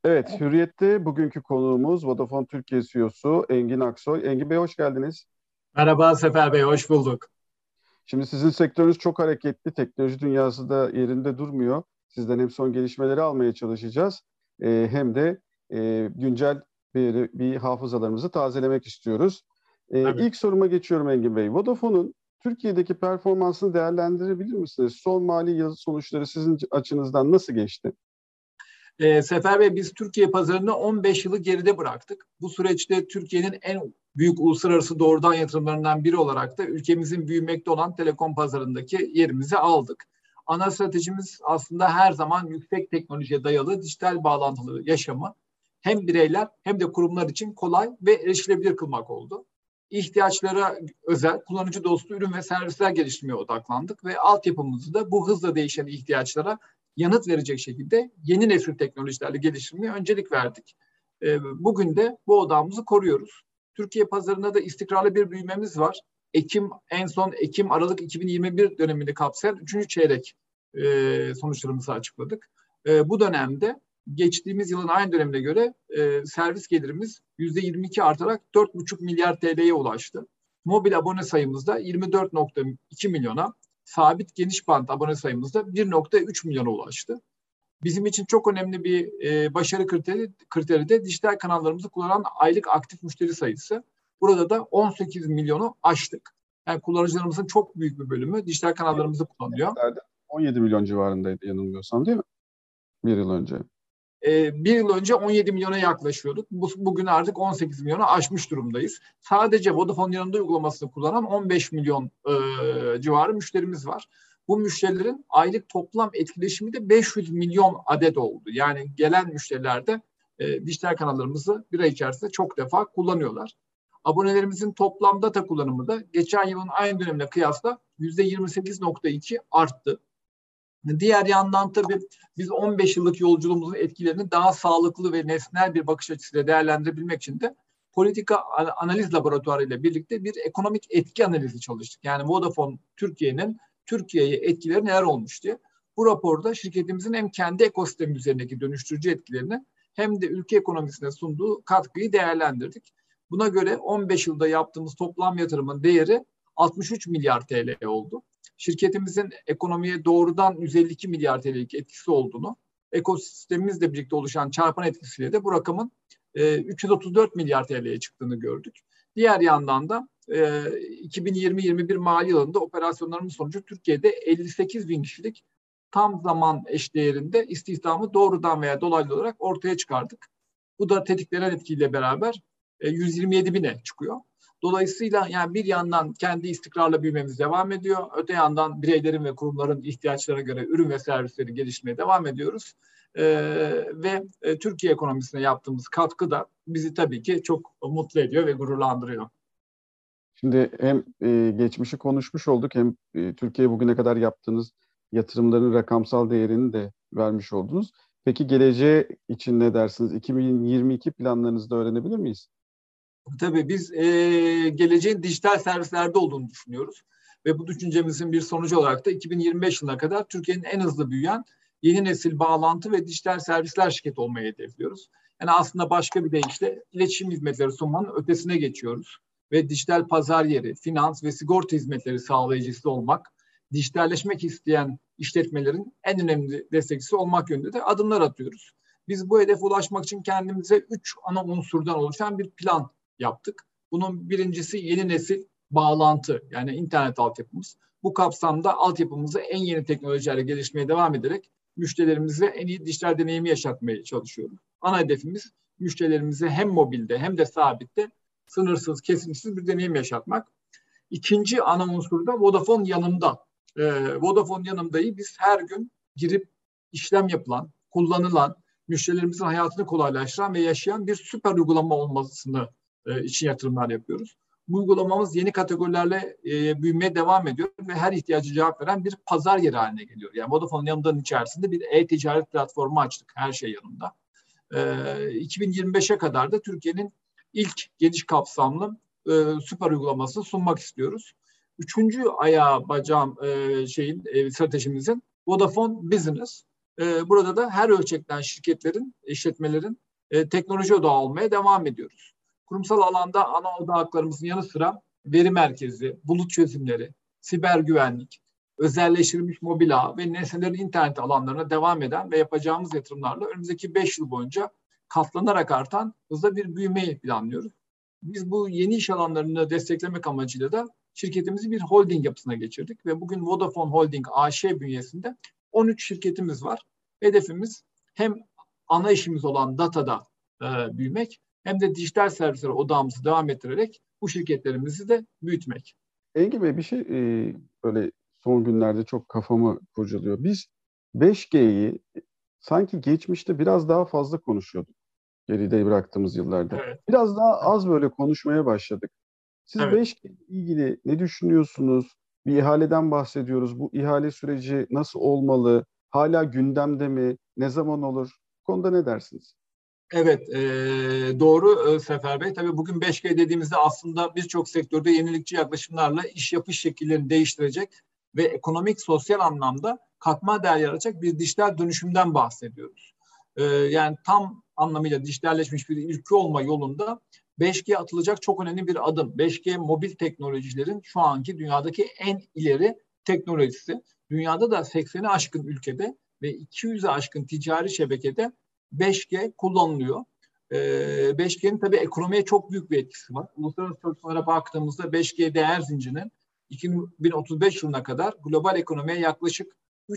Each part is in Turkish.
Evet, Hürriyet'te bugünkü konuğumuz Vodafone Türkiye CEO'su Engin Aksoy. Engin Bey hoş geldiniz. Merhaba Sefer Bey, hoş bulduk. Şimdi sizin sektörünüz çok hareketli, teknoloji dünyası da yerinde durmuyor. Sizden hem son gelişmeleri almaya çalışacağız, hem de güncel bir hafızalarımızı tazelemek istiyoruz. Tabii. İlk soruma geçiyorum Engin Bey. Vodafone'un Türkiye'deki performansını değerlendirebilir misiniz? Son mali yıl sonuçları sizin açınızdan nasıl geçti? Sefer Bey, biz Türkiye pazarını 15 yılı geride bıraktık. Bu süreçte Türkiye'nin en büyük uluslararası doğrudan yatırımlarından biri olarak da ülkemizin büyümekte olan telekom pazarındaki yerimizi aldık. Ana stratejimiz aslında her zaman yüksek teknolojiye dayalı dijital bağlantılı yaşamı hem bireyler hem de kurumlar için kolay ve erişilebilir kılmak oldu. İhtiyaçlara özel kullanıcı dostu ürün ve servisler geliştirmeye odaklandık ve altyapımızı da bu hızla değişen ihtiyaçlara yanıt verecek şekilde yeni nesil teknolojilerle geliştirmeye öncelik verdik. Bugün de bu odağımızı koruyoruz. Türkiye pazarında da istikrarlı bir büyümemiz var. En son Ekim-Aralık 2021 dönemini kapsayan 3. çeyrek sonuçlarımızı açıkladık. Bu dönemde geçtiğimiz yılın aynı dönemine göre servis gelirimiz %22 artarak 4,5 milyar TL'ye ulaştı. Mobil abone sayımız da 24,2 milyona, sabit geniş bant abone sayımız da 1,3 milyona ulaştı. Bizim için çok önemli bir başarı kriteri de dijital kanallarımızı kullanan aylık aktif müşteri sayısı. Burada da 18 milyonu aştık. Yani kullanıcılarımızın çok büyük bir bölümü dijital kanallarımızı Ne kullanıyor. kadardı? 17 milyon civarındaydı yanılmıyorsam değil mi? Bir yıl önce. Bir yıl önce 17 milyona yaklaşıyorduk. Bugün artık 18 milyona aşmış durumdayız. Sadece Vodafone yanında uygulamasını kullanan 15 milyon civarı müşterimiz var. Bu müşterilerin aylık toplam etkileşimi de 500 milyon adet oldu. Yani gelen müşteriler de dijital kanallarımızı bir ay içerisinde çok defa kullanıyorlar. Abonelerimizin toplam data kullanımı da geçen yılın aynı dönemine kıyasla %28,2 arttı. Diğer yandan tabii biz 15 yıllık yolculuğumuzun etkilerini daha sağlıklı ve nesnel bir bakış açısıyla değerlendirebilmek için de politika analiz laboratuvarı ile birlikte bir ekonomik etki analizi çalıştık. Yani Vodafone Türkiye'nin Türkiye'ye etkileri neler olmuş diye. Bu raporda şirketimizin hem kendi ekosistemi üzerindeki dönüştürücü etkilerini hem de ülke ekonomisine sunduğu katkıyı değerlendirdik. Buna göre 15 yılda yaptığımız toplam yatırımın değeri 63 milyar TL oldu. Şirketimizin ekonomiye doğrudan 152 milyar TL'lik etkisi olduğunu, ekosistemimizle birlikte oluşan çarpan etkisiyle de bu rakamın 334 milyar TL'ye çıktığını gördük. Diğer yandan da 2020-21 mali yılında operasyonlarımız sonucu Türkiye'de 58 bin kişilik tam zaman eşdeğerinde istihdamı doğrudan veya dolaylı olarak ortaya çıkardık. Bu da tetiklenen etkiyle beraber 127 bine çıkıyor. Dolayısıyla yani bir yandan kendi istikrarla büyümemiz devam ediyor. Öte yandan bireylerin ve kurumların ihtiyaçlarına göre ürün ve servisleri geliştirmeye devam ediyoruz. Türkiye ekonomisine yaptığımız katkı da bizi tabii ki çok mutlu ediyor ve gururlandırıyor. Şimdi hem geçmişi konuşmuş olduk hem Türkiye'ye bugüne kadar yaptığınız yatırımların rakamsal değerini de vermiş oldunuz. Peki geleceğe için ne dersiniz? 2022 planlarınızı da öğrenebilir miyiz? Tabii biz geleceğin dijital servislerde olduğunu düşünüyoruz. Ve bu düşüncemizin bir sonucu olarak da 2025 yılına kadar Türkiye'nin en hızlı büyüyen yeni nesil bağlantı ve dijital servisler şirketi olmayı hedefliyoruz. Yani aslında başka bir deyişle iletişim hizmetleri sunmanın ötesine geçiyoruz. Ve dijital pazar yeri, finans ve sigorta hizmetleri sağlayıcısı olmak, dijitalleşmek isteyen işletmelerin en önemli destekçisi olmak yönünde de adımlar atıyoruz. Biz bu hedefe ulaşmak için kendimize 3 ana unsurdan oluşan bir plan yaptık. Bunun birincisi yeni nesil bağlantı, yani internet altyapımız. Bu kapsamda altyapımızı en yeni teknolojilerle geliştirmeye devam ederek müşterilerimize en iyi dijital deneyimi yaşatmaya çalışıyoruz. Ana hedefimiz müşterilerimize hem mobilde hem de sabitte sınırsız, kesintisiz bir deneyim yaşatmak. İkinci ana unsur da Vodafone yanımda. Vodafone yanımdayı biz her gün girip işlem yapılan, kullanılan, müşterilerimizin hayatını kolaylaştıran ve yaşayan bir süper uygulama olmasını için yatırımlar yapıyoruz. Bu uygulamamız yeni kategorilerle büyümeye devam ediyor ve her ihtiyacı cevap veren bir pazar yeri haline geliyor. Yani Vodafone yanımdanın içerisinde bir e-ticaret platformu açtık. Her şey yanında. 2025'e kadar da Türkiye'nin ilk geniş kapsamlı süper uygulamasını sunmak istiyoruz. Üçüncü ayağı bacağım stratejimizin Vodafone Business. Burada da her ölçekten şirketlerin, işletmelerin teknoloji odağı olmaya devam ediyoruz. Kurumsal alanda ana odaklarımızın yanı sıra veri merkezi, bulut çözümleri, siber güvenlik, özelleştirilmiş mobil ağ ve nesnelerin internet alanlarına devam eden ve yapacağımız yatırımlarla önümüzdeki 5 yıl boyunca katlanarak artan hızla bir büyümeyi planlıyoruz. Biz bu yeni iş alanlarını desteklemek amacıyla da şirketimizi bir holding yapısına geçirdik ve bugün Vodafone Holding AŞ bünyesinde 13 şirketimiz var. Hedefimiz hem ana işimiz olan datada büyümek hem de dijital servislere odağımızı devam ettirerek bu şirketlerimizi de büyütmek. Engin Bey, bir şey böyle son günlerde çok kafamı kurcalıyor. Biz 5G'yi sanki geçmişte biraz daha fazla konuşuyorduk geride bıraktığımız yıllarda. Evet. Biraz daha az böyle konuşmaya başladık. Siz Evet. 5G ile ilgili ne düşünüyorsunuz? Bir ihaleden bahsediyoruz. Bu ihale süreci nasıl olmalı? Hala gündemde mi? Ne zaman olur? Bu konuda ne dersiniz? Evet, doğru Sefer Bey. Tabii bugün 5G dediğimizde aslında birçok sektörde yenilikçi yaklaşımlarla iş yapış şekillerini değiştirecek ve ekonomik, sosyal anlamda katma değer yaratacak bir dijital dönüşümden bahsediyoruz. Yani tam anlamıyla dijitalleşmiş bir ülke olma yolunda 5G atılacak çok önemli bir adım. 5G mobil teknolojilerin şu anki dünyadaki en ileri teknolojisi. Dünyada da 80'i aşkın ülkede ve 200'e aşkın ticari şebekede 5G kullanılıyor. 5G'nin tabii ekonomiye çok büyük bir etkisi var. Uluslararası çalışmalara baktığımızda 5G değer zincirinin 2035 yılına kadar global ekonomiye yaklaşık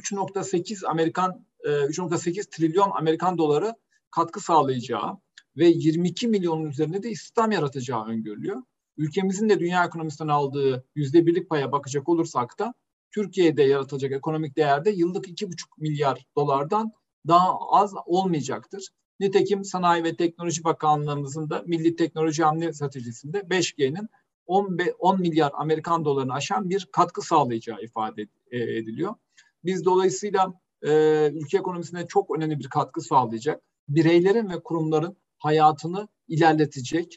3.8 trilyon Amerikan doları katkı sağlayacağı ve 22 milyonun üzerinde de istihdam yaratacağı öngörülüyor. Ülkemizin de dünya ekonomisinden aldığı %1'lik paya bakacak olursak da Türkiye'de yaratacak ekonomik değerde yıllık 2,5 milyar dolardan daha az olmayacaktır. Nitekim Sanayi ve Teknoloji Bakanlığımızın da Milli Teknoloji Hamle Stratejisi'nde 5G'nin 10 milyar Amerikan dolarını aşan bir katkı sağlayacağı ifade ediliyor. Biz dolayısıyla ülke ekonomisine çok önemli bir katkı sağlayacak, bireylerin ve kurumların hayatını ilerletecek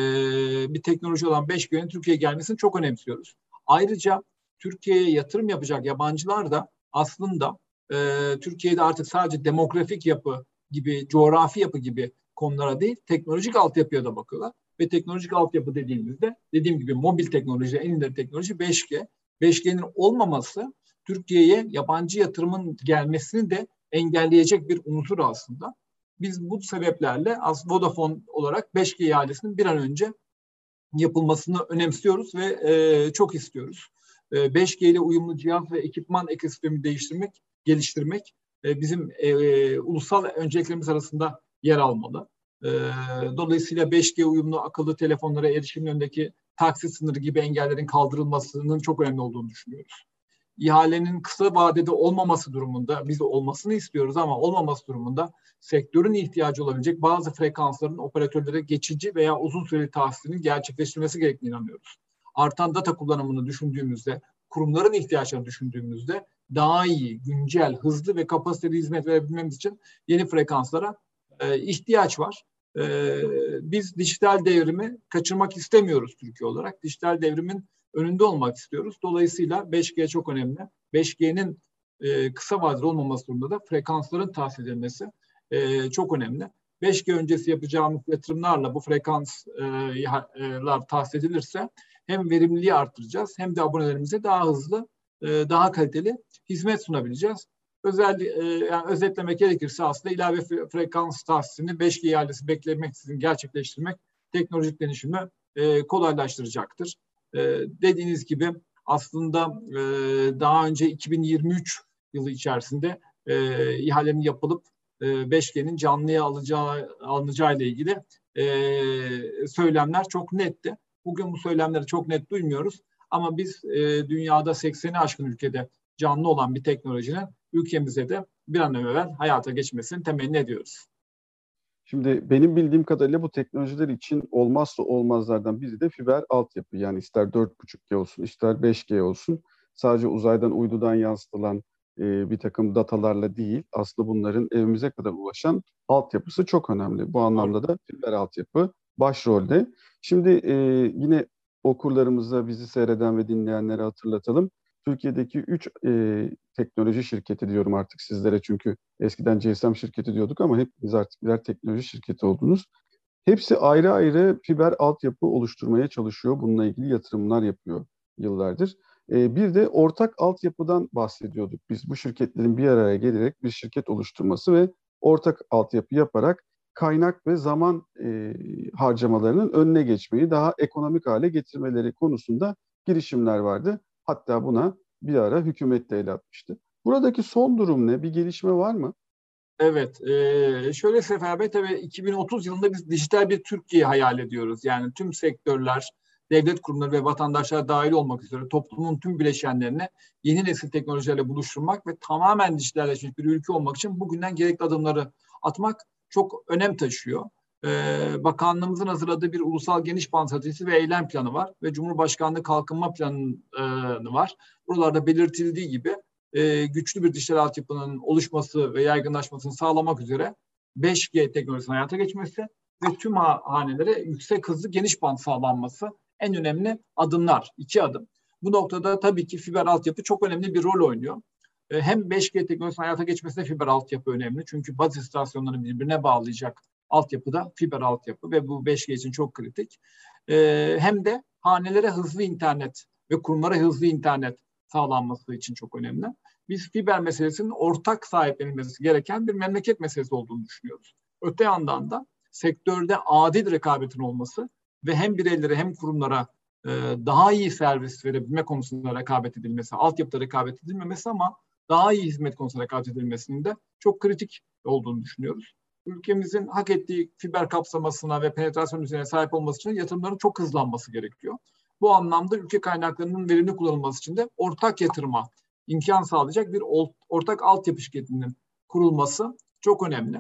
bir teknoloji olan 5G'nin Türkiye'ye gelmesini çok önemsiyoruz. Ayrıca Türkiye'ye yatırım yapacak yabancılar da aslında Türkiye'de artık sadece demografik yapı gibi, coğrafi yapı gibi konulara değil, teknolojik altyapıya da bakıyorlar. Ve teknolojik altyapı dediğimizde, dediğim gibi mobil teknoloji, en ileri teknoloji 5G. 5G'nin olmaması Türkiye'ye yabancı yatırımın gelmesini de engelleyecek bir unsur aslında. Biz bu sebeplerle Vodafone olarak 5G ihalesinin bir an önce yapılmasını önemsiyoruz ve çok istiyoruz. 5G ile uyumlu cihaz ve ekipman ekosistemi geliştirmek bizim ulusal önceliklerimiz arasında yer almalı. Dolayısıyla 5G uyumlu akıllı telefonlara erişimin önündeki taksit sınırı gibi engellerin kaldırılmasının çok önemli olduğunu düşünüyoruz. İhalenin kısa vadede olmaması durumunda, biz olmasını istiyoruz ama olmaması durumunda sektörün ihtiyacı olabilecek bazı frekansların operatörlere geçici veya uzun süreli tahsilinin gerçekleştirmesi gerektiğini inanıyoruz. Artan data kullanımını düşündüğümüzde, kurumların ihtiyaçlarını düşündüğümüzde daha iyi, güncel, hızlı ve kapasiteli hizmet verebilmemiz için yeni frekanslara ihtiyaç var. Biz dijital devrimi kaçırmak istemiyoruz Türkiye olarak. Dijital devrimin önünde olmak istiyoruz. Dolayısıyla 5G çok önemli. 5G'nin kısa vadeli olmaması durumunda da frekansların tahsis edilmesi çok önemli. 5G öncesi yapacağımız yatırımlarla bu frekanslar tahsis edilirse hem verimliliği arttıracağız hem de abonelerimize daha hızlı, daha kaliteli hizmet sunabileceğiz. Yani özetlemek gerekirse aslında ilave frekans tahsisini 5G ihalesi beklemeksizin gerçekleştirmek teknolojik dönüşümü kolaylaştıracaktır. Dediğiniz gibi aslında daha önce 2023 yılı içerisinde ihalenin yapılıp 5G'nin canlıya alınacağı ile ilgili söylemler çok netti. Bugün bu söylemleri çok net duymuyoruz. Ama biz dünyada 80'i aşkın ülkede canlı olan bir teknolojinin ülkemize de bir an evvel hayata geçmesini temenni ediyoruz. Şimdi benim bildiğim kadarıyla bu teknolojiler için olmazsa olmazlardan biri de fiber altyapı. Yani ister 4.5G olsun, ister 5G olsun. Sadece uzaydan, uydudan yansıtılan bir takım datalarla değil, aslında bunların evimize kadar ulaşan altyapısı çok önemli. Bu anlamda da fiber altyapı başrolde. Şimdi yine okurlarımıza, bizi seyreden ve dinleyenlere hatırlatalım. Türkiye'deki 3 teknoloji şirketi diyorum artık sizlere, çünkü eskiden GSM şirketi diyorduk ama hepiniz artık birer teknoloji şirketi oldunuz. Hepsi ayrı ayrı fiber altyapı oluşturmaya çalışıyor. Bununla ilgili yatırımlar yapıyor yıllardır. Bir de ortak altyapıdan bahsediyorduk. Biz bu şirketlerin bir araya gelerek bir şirket oluşturması ve ortak altyapı yaparak kaynak ve zaman harcamalarının önüne geçmeyi daha ekonomik hale getirmeleri konusunda girişimler vardı. Hatta buna bir ara hükümet de el atmıştı. Buradaki son durum ne? Bir gelişme var mı? Evet, şöyle Sefer Bey, tabii 2030 yılında biz dijital bir Türkiye hayal ediyoruz. Yani tüm sektörler, devlet kurumları ve vatandaşlar dahil olmak üzere toplumun tüm bileşenlerine yeni nesil teknolojilerle buluşturmak ve tamamen dijitalleşmiş bir ülke olmak için bugünden gerekli adımları atmak çok önem taşıyor. Bakanlığımızın hazırladığı bir ulusal geniş bant stratejisi ve eylem planı var ve Cumhurbaşkanlığı kalkınma planı var. Buralarda belirtildiği gibi güçlü bir dijital altyapının oluşması ve yaygınlaşmasını sağlamak üzere 5G teknolojisinin hayata geçmesi ve tüm hanelere yüksek hızlı geniş bant sağlanması en önemli adımlar. 2 adım. Bu noktada tabii ki fiber altyapı çok önemli bir rol oynuyor. Hem 5G teknolojisinin hayata geçmesinde fiber altyapı önemli. Çünkü baz istasyonlarını birbirine bağlayacak altyapıda fiber altyapı ve bu 5G için çok kritik. Hem de hanelere hızlı internet ve kurumlara hızlı internet sağlanması için çok önemli. Biz fiber meselesinin ortak sahiplenilmesi gereken bir memleket meselesi olduğunu düşünüyoruz. Öte yandan da sektörde adil rekabetin olması ve hem bireylere hem kurumlara daha iyi servis verebilme konusunda rekabet edilmesi, altyapıda rekabet edilmemesi ama daha iyi hizmet konusunda rekabet edilmesinin de çok kritik olduğunu düşünüyoruz. Ülkemizin hak ettiği fiber kapsamasına ve penetrasyon düzeyine sahip olması için yatırımların çok hızlanması gerekiyor. Bu anlamda ülke kaynaklarının verimli kullanılması için de ortak yatırıma imkan sağlayacak bir ortak altyapı şirketinin kurulması çok önemli.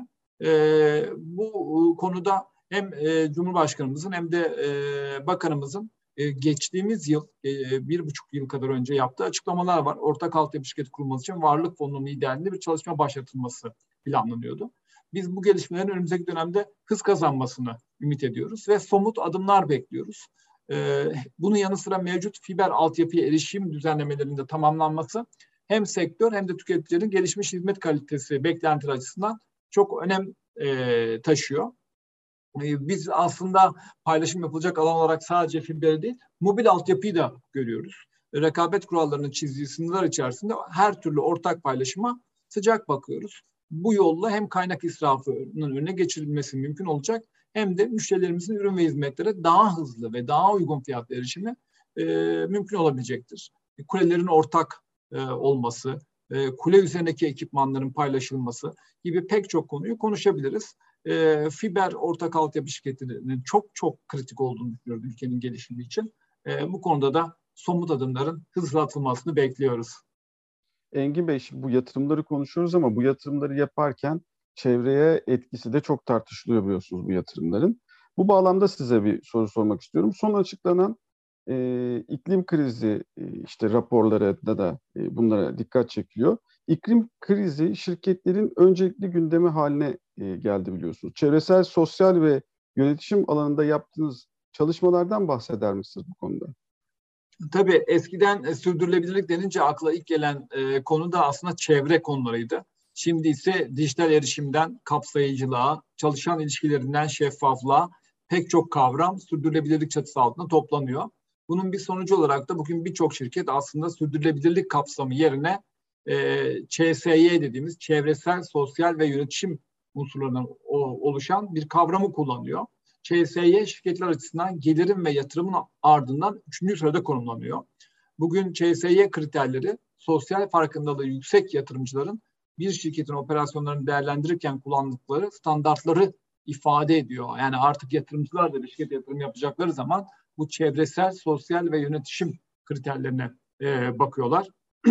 Bu konuda hem Cumhurbaşkanımızın hem de Bakanımızın geçtiğimiz yıl, 1,5 yıl kadar önce yaptığı açıklamalar var. Ortak altyapı şirketi kurulması için Varlık Fonu'nun liderliğinde bir çalışma başlatılması planlanıyordu. Biz bu gelişmelerin önümüzdeki dönemde hız kazanmasını ümit ediyoruz ve somut adımlar bekliyoruz. Bunun yanı sıra mevcut fiber altyapıya erişim düzenlemelerinde tamamlanması hem sektör hem de tüketicilerin gelişmiş hizmet kalitesi beklentileri açısından çok önem taşıyor. Biz aslında paylaşım yapılacak alan olarak sadece fiberi değil, mobil altyapıyı da görüyoruz. Rekabet kurallarının çizdiği sınırlar içerisinde her türlü ortak paylaşıma sıcak bakıyoruz. Bu yolla hem kaynak israfının önüne geçirilmesi mümkün olacak hem de müşterilerimizin ürün ve hizmetlere daha hızlı ve daha uygun fiyatla erişimi mümkün olabilecektir. Kulelerin ortak olması, kule üzerindeki ekipmanların paylaşılması gibi pek çok konuyu konuşabiliriz. Fiber ortak altyapı şirketlerinin çok çok kritik olduğunu düşünüyoruz ülkenin gelişimi için. Bu konuda da somut adımların hızlatılmasını bekliyoruz. Engin Bey, şimdi bu yatırımları konuşuyoruz ama bu yatırımları yaparken çevreye etkisi de çok tartışılıyor biliyorsunuz bu yatırımların. Bu bağlamda size bir soru sormak istiyorum. Son açıklanan iklim krizi işte raporlarında da bunlara dikkat çekiliyor. İklim krizi şirketlerin öncelikli gündemi haline geldi biliyorsunuz. Çevresel, sosyal ve yönetişim alanında yaptığınız çalışmalardan bahseder misiniz bu konuda? Tabii eskiden sürdürülebilirlik denince akla ilk gelen konu da aslında çevre konularıydı. Şimdi ise dijital erişimden kapsayıcılığa, çalışan ilişkilerinden şeffaflığa pek çok kavram sürdürülebilirlik çatısı altında toplanıyor. Bunun bir sonucu olarak da bugün birçok şirket aslında sürdürülebilirlik kapsamı yerine ÇSY dediğimiz çevresel, sosyal ve yönetişim unsurlarından oluşan bir kavramı kullanıyor. ÇSY şirketler açısından gelirin ve yatırımın ardından 3. sırada konumlanıyor. Bugün ÇSY kriterleri sosyal farkındalığı yüksek yatırımcıların bir şirketin operasyonlarını değerlendirirken kullandıkları standartları ifade ediyor. Yani artık yatırımcılar da bir şirket yatırım yapacakları zaman bu çevresel, sosyal ve yönetişim kriterlerine bakıyorlar.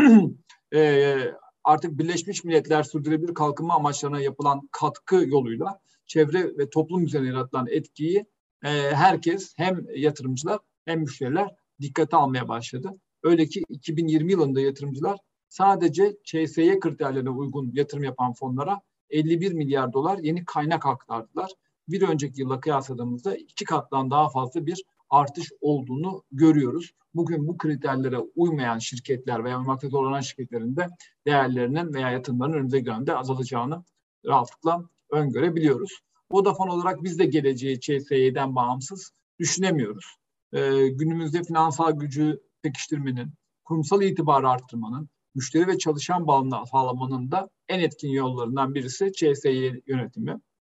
Artık Birleşmiş Milletler Sürdürülebilir Kalkınma Amaçlarına yapılan katkı yoluyla çevre ve toplum üzerine yaratılan etkiyi herkes, hem yatırımcılar hem müşteriler dikkate almaya başladı. Öyle ki 2020 yılında yatırımcılar sadece ÇSY kriterlerine uygun yatırım yapan fonlara 51 milyar dolar yeni kaynak aktardılar. Bir önceki yılla kıyasladığımızda 2 kattan daha fazla bir artış olduğunu görüyoruz. Bugün bu kriterlere uymayan şirketler veya uymakta zorlanan şirketlerin de değerlerinin veya yatırımlarının önümüzdeki dönemde azalacağını rahatlıkla öngörebiliyoruz. Vodafone olarak biz de geleceği ÇSY'den bağımsız düşünemiyoruz. Günümüzde finansal gücü pekiştirmenin, kurumsal itibarı arttırmanın, müşteri ve çalışan bağımlılığı sağlamanın da en etkin yollarından birisi ÇSY yönetimi.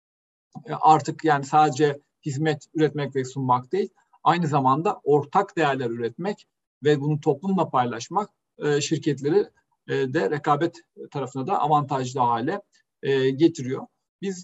Artık yani sadece hizmet üretmek ve sunmak değil, aynı zamanda ortak değerler üretmek ve bunu toplumla paylaşmak şirketleri de rekabet tarafına da avantajlı hale getiriyor. Biz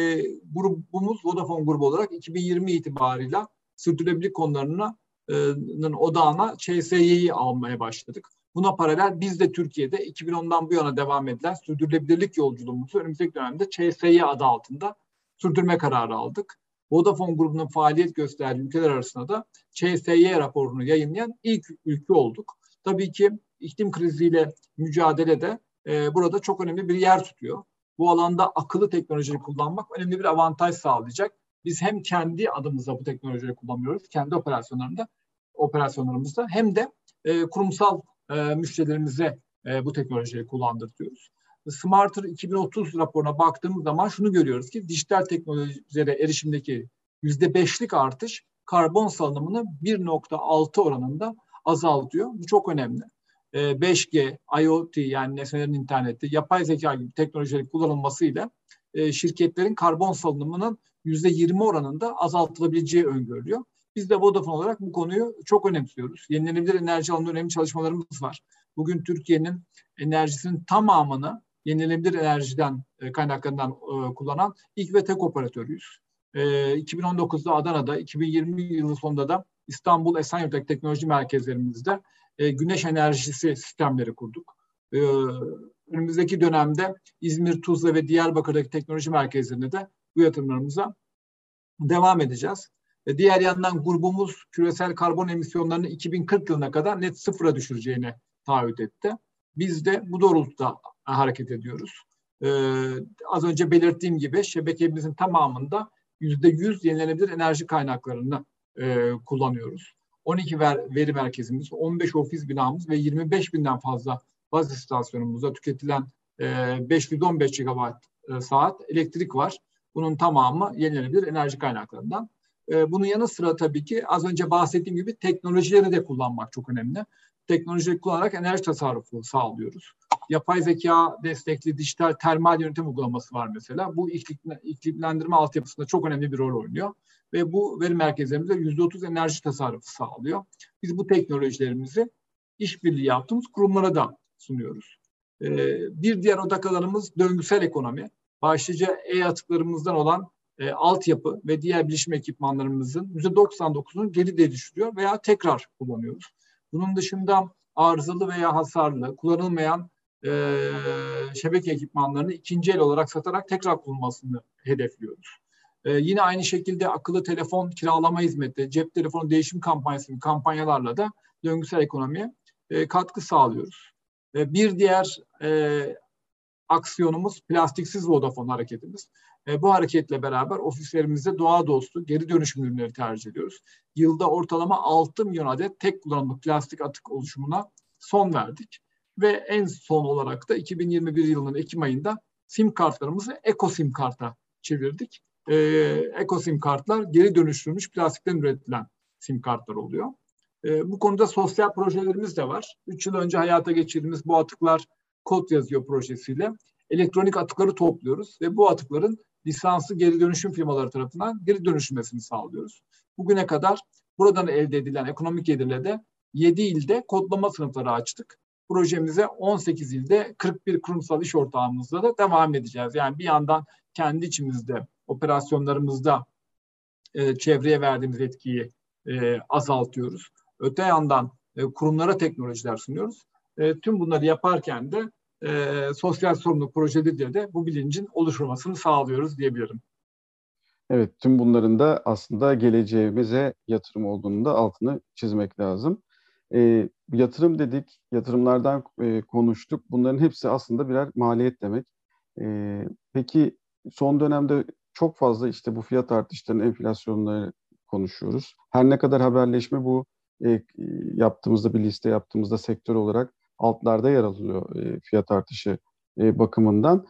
grubumuz Vodafone grubu olarak 2020 itibarıyla sürdürülebilirlik konularının odağına ÇSY'yi almaya başladık. Buna paralel biz de Türkiye'de 2010'dan bu yana devam edilen sürdürülebilirlik yolculuğumuzu önümüzdeki dönemde ÇSY adı altında sürdürme kararı aldık. Vodafone grubunun faaliyet gösterdiği ülkeler arasında da ÇSY raporunu yayınlayan ilk ülke olduk. Tabii ki iklim kriziyle mücadelede burada çok önemli bir yer tutuyor. Bu alanda akıllı teknolojiyi kullanmak önemli bir avantaj sağlayacak. Biz hem kendi adımıza bu teknolojiyi kullanıyoruz, kendi operasyonlarımızda hem de kurumsal müşterilerimize bu teknolojiyi kullandırıyoruz. Smarter 2030 raporuna baktığımız zaman şunu görüyoruz ki dijital teknolojilere erişimdeki %5'lik artış karbon salınımını 1,6 oranında azaltıyor. Bu çok önemli. 5G, IoT yani nesnelerin interneti, yapay zeka gibi teknolojilerin kullanılmasıyla şirketlerin karbon salınımının %20 oranında azaltılabileceği öngörülüyor. Biz de Vodafone olarak bu konuyu çok önemsiyoruz. Yenilenebilir enerji alanında önemli çalışmalarımız var. Bugün Türkiye'nin enerjisinin tamamını yenilenebilir enerjiden kaynaklarından kullanan ilk ve tek operatörüyüz. 2019'da Adana'da, 2020 yılı sonunda da İstanbul Esenyurt'taki teknoloji merkezlerimizde güneş enerjisi sistemleri kurduk. Önümüzdeki dönemde İzmir, Tuzla ve Diyarbakır'daki teknoloji merkezlerinde de bu yatırımlarımıza devam edeceğiz. Diğer yandan grubumuz küresel karbon emisyonlarını 2040 yılına kadar net sıfıra düşüreceğini taahhüt etti. Biz de bu doğrultuda hareket ediyoruz. Az önce belirttiğim gibi şebekemizin tamamında %100 yenilenebilir enerji kaynaklarını kullanıyoruz. 12 veri merkezimiz, 15 ofis binamız ve 25 binden fazla baz istasyonumuzda tüketilen 515 gigawatt saat elektrik var. Bunun tamamı yenilenebilir enerji kaynaklarından. Bunun yanı sıra tabii ki az önce bahsettiğim gibi teknolojileri de kullanmak çok önemli. Teknolojiyi kullanarak enerji tasarrufu sağlıyoruz. Yapay zeka destekli dijital termal yönetim uygulaması var mesela. Bu iklimlendirme altyapısında çok önemli bir rol oynuyor. Ve bu veri merkezlerimizde %30 enerji tasarrufu sağlıyor. Biz bu teknolojilerimizi işbirliği yaptığımız kurumlara da sunuyoruz. Bir diğer odak alanımız döngüsel ekonomi. Başlıca e-atıklarımızdan olan altyapı ve diğer bilişim ekipmanlarımızın %99'unu geri dönüştürüyor veya tekrar kullanıyoruz. Bunun dışında arızalı veya hasarlı, kullanılmayan şebeke ekipmanlarını ikinci el olarak satarak tekrar kullanılmasını hedefliyoruz. Yine aynı şekilde akıllı telefon kiralama hizmeti, cep telefonu değişim kampanyası gibi kampanyalarla da döngüsel ekonomiye katkı sağlıyoruz. Bir diğer aksiyonumuz plastiksiz Vodafone hareketimiz. Bu hareketle beraber ofislerimizde doğa dostu geri dönüşüm ürünleri tercih ediyoruz. Yılda ortalama 6 milyon adet tek kullanımlık plastik atık oluşumuna son verdik. Ve en son olarak da 2021 yılının Ekim ayında sim kartlarımızı Eco Sim karta çevirdik. Eco Sim kartlar geri dönüştürülmüş plastikten üretilen sim kartlar oluyor. Bu konuda sosyal projelerimiz de var. 3 yıl önce hayata geçirdiğimiz bu atıklar kod yazıyor projesiyle elektronik atıkları topluyoruz ve bu atıkların lisanslı geri dönüşüm firmaları tarafından geri dönüşülmesini sağlıyoruz. Bugüne kadar buradan elde edilen ekonomik gelirle de 7 ilde kodlama sınıfları açtık. Projemize 18 ilde 41 kurumsal iş ortağımızla da devam edeceğiz. Yani bir yandan kendi içimizde operasyonlarımızda çevreye verdiğimiz etkiyi azaltıyoruz. Öte yandan kurumlara teknolojiler sunuyoruz. Tüm bunları yaparken de sosyal sorumluluk projeleri de bu bilincin oluşturmasını sağlıyoruz diyebilirim. Evet, tüm bunların da aslında geleceğimize yatırım olduğunu da altını çizmek lazım. Yatırım dedik, yatırımlardan konuştuk. Bunların hepsi aslında birer maliyet demek. Peki son dönemde çok fazla işte bu fiyat artışlarının, enflasyonları konuşuyoruz. Her ne kadar haberleşme bu yaptığımızda, bir liste yaptığımızda sektör olarak altlarda yer alıyor fiyat artışı bakımından.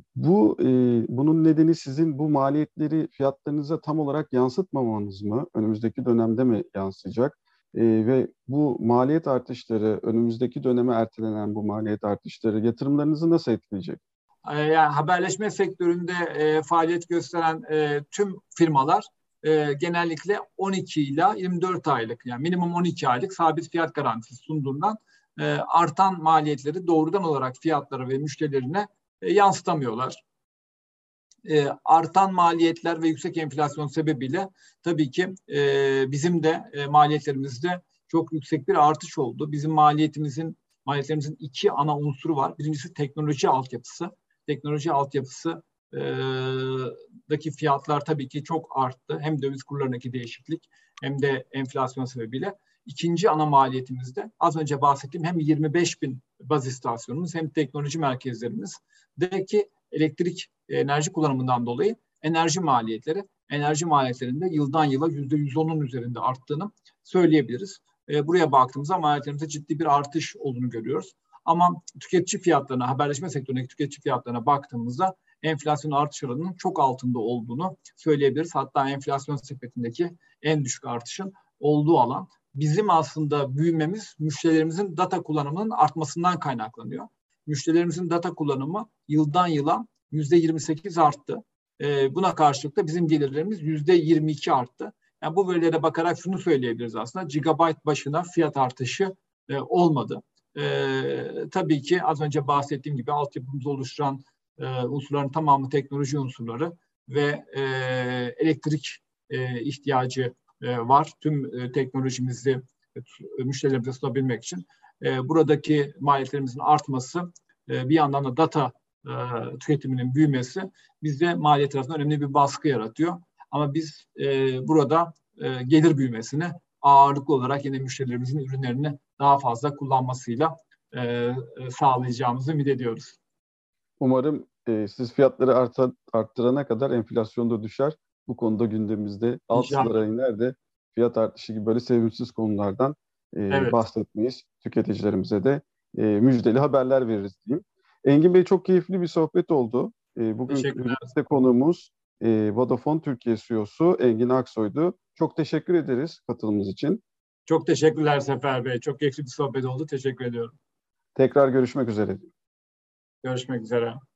Bunun nedeni sizin bu maliyetleri fiyatlarınıza tam olarak yansıtmamanız mı? Önümüzdeki dönemde mi yansıyacak? Ve bu maliyet artışları, önümüzdeki döneme ertelenen bu maliyet artışları yatırımlarınızı nasıl etkileyecek? Yani haberleşme sektöründe faaliyet gösteren tüm firmalar genellikle 12 ila 24 aylık, yani minimum 12 aylık sabit fiyat garantisi sunduğundan artan maliyetleri doğrudan olarak fiyatlara ve müşterilerine yansıtamıyorlar. Artan maliyetler ve yüksek enflasyon sebebiyle tabii ki bizim de maliyetlerimizde çok yüksek bir artış oldu. Bizim maliyetlerimizin iki ana unsuru var. Birincisi teknoloji altyapısı. Teknoloji altyapısıdaki fiyatlar tabii ki çok arttı. Hem döviz kurlarındaki değişiklik hem de enflasyon sebebiyle. İkinci ana maliyetimizde az önce bahsettiğim hem 25 bin baz istasyonumuz hem teknoloji merkezlerimizdeki enerji kullanımından dolayı enerji maliyetlerinde yıldan yıla %110'un üzerinde arttığını söyleyebiliriz. Buraya baktığımızda maliyetlerimizde ciddi bir artış olduğunu görüyoruz. Ama tüketici fiyatlarına, haberleşme sektöründeki tüketici fiyatlarına baktığımızda enflasyon artış oranının çok altında olduğunu söyleyebiliriz. Hatta enflasyon sepetindeki en düşük artışın olduğu alan. Bizim aslında büyümemiz müşterilerimizin data kullanımının artmasından kaynaklanıyor. Müşterilerimizin data kullanımı yıldan yıla %28 arttı. Buna karşılık da bizim gelirlerimiz %22 arttı. Yani bu verilere bakarak şunu söyleyebiliriz aslında. Gigabyte başına fiyat artışı olmadı. Tabii ki az önce bahsettiğim gibi altyapımızı oluşturan unsurların tamamı teknoloji unsurları ve elektrik ihtiyacı var. Tüm teknolojimizi müşterilerimize sunabilmek için. Buradaki maliyetlerimizin artması, bir yandan da data tüketiminin büyümesi bizde maliyet tarafından önemli bir baskı yaratıyor. Ama biz burada gelir büyümesini ağırlıklı olarak yine müşterilerimizin ürünlerini daha fazla kullanmasıyla sağlayacağımızı ümit ediyoruz. Umarım siz fiyatları arttırana kadar enflasyon da düşer. Bu konuda gündemimizde alt İnşallah. sınıra iner de fiyat artışı gibi böyle sevimsiz konulardan Evet. bahsetmeyiz. Tüketicilerimize de müjdeli haberler veririz diyeyim. Engin Bey, çok keyifli bir sohbet oldu. Bugün konuğumuz Vodafone Türkiye CEO'su Engin Aksoy'du. Çok teşekkür ederiz katılımınız için. Çok teşekkürler Sefer Bey. Çok keyifli bir sohbet oldu. Teşekkür ediyorum. Tekrar görüşmek üzere. Görüşmek üzere.